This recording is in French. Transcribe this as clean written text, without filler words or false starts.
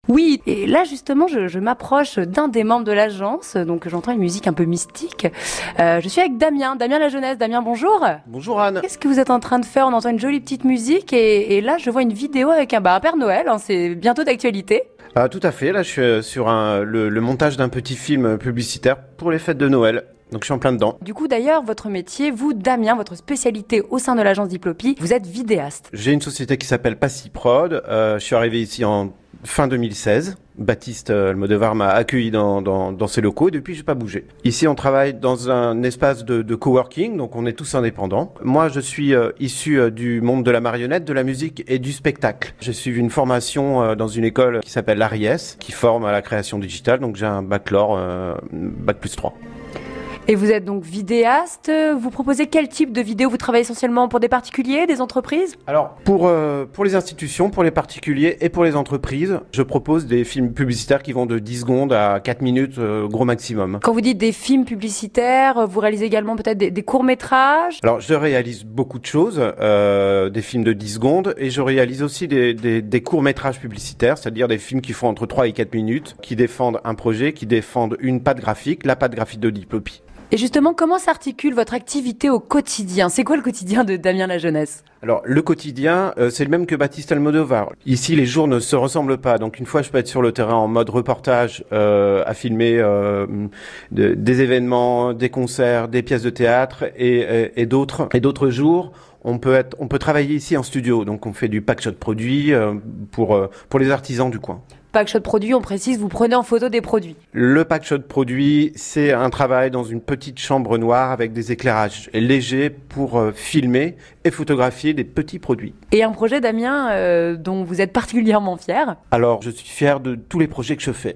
Oui, et là justement, je m'approche d'un des membres de l'agence, donc j'entends une musique un peu mystique. Je suis avec Damien La Jeunesse. Damien, bonjour. Bonjour Anne. Qu'est-ce que vous êtes en train de faire? On entend une jolie petite musique et là je vois une vidéo avec un Père Noël, hein, c'est bientôt d'actualité. Tout à fait, là je suis sur le montage d'un petit film publicitaire pour les fêtes de Noël. Donc je suis en plein dedans. Du coup d'ailleurs, votre métier, vous Damien, votre spécialité au sein de l'agence Diplopie, vous êtes vidéaste. J'ai une société qui s'appelle Passiprod. Je suis arrivé ici en fin 2016. Baptiste Almodovar m'a accueilli dans ses locaux et depuis je n'ai pas bougé. Ici on travaille dans un espace de coworking, donc on est tous indépendants. Moi je suis issu du monde de la marionnette, de la musique et du spectacle. J'ai suivi une formation dans une école qui s'appelle l'ARIES, qui forme à la création digitale, donc j'ai un baccalauréat, bac+3. Et vous êtes donc vidéaste, vous proposez quel type de vidéo? Vous travaillez essentiellement pour des particuliers, des entreprises? Alors, pour les institutions, pour les particuliers et pour les entreprises, je propose des films publicitaires qui vont de 10 secondes à 4 minutes, gros maximum. Quand vous dites des films publicitaires, vous réalisez également peut-être des courts-métrages? Alors, je réalise beaucoup de choses, des films de 10 secondes, et je réalise aussi des courts-métrages publicitaires, c'est-à-dire des films qui font entre 3 et 4 minutes, qui défendent un projet, qui défendent une patte graphique, la patte graphique de Diplopie. Et justement, comment s'articule votre activité au quotidien? C'est quoi le quotidien de Damien La Jeunesse? Alors, le quotidien, c'est le même que Baptiste Almodovar. Ici, les jours ne se ressemblent pas. Donc, une fois, je peux être sur le terrain en mode reportage, à filmer des événements, des concerts, des pièces de théâtre et d'autres jours. On peut travailler ici en studio. Donc, on fait du packshot produit pour les artisans du coin. Packshot produit, on précise, vous prenez en photo des produits. Le packshot produit, c'est un travail dans une petite chambre noire avec des éclairages légers pour filmer et photographier des petits produits. Et un projet, Damien, dont vous êtes particulièrement fier? Alors, je suis fier de tous les projets que je fais.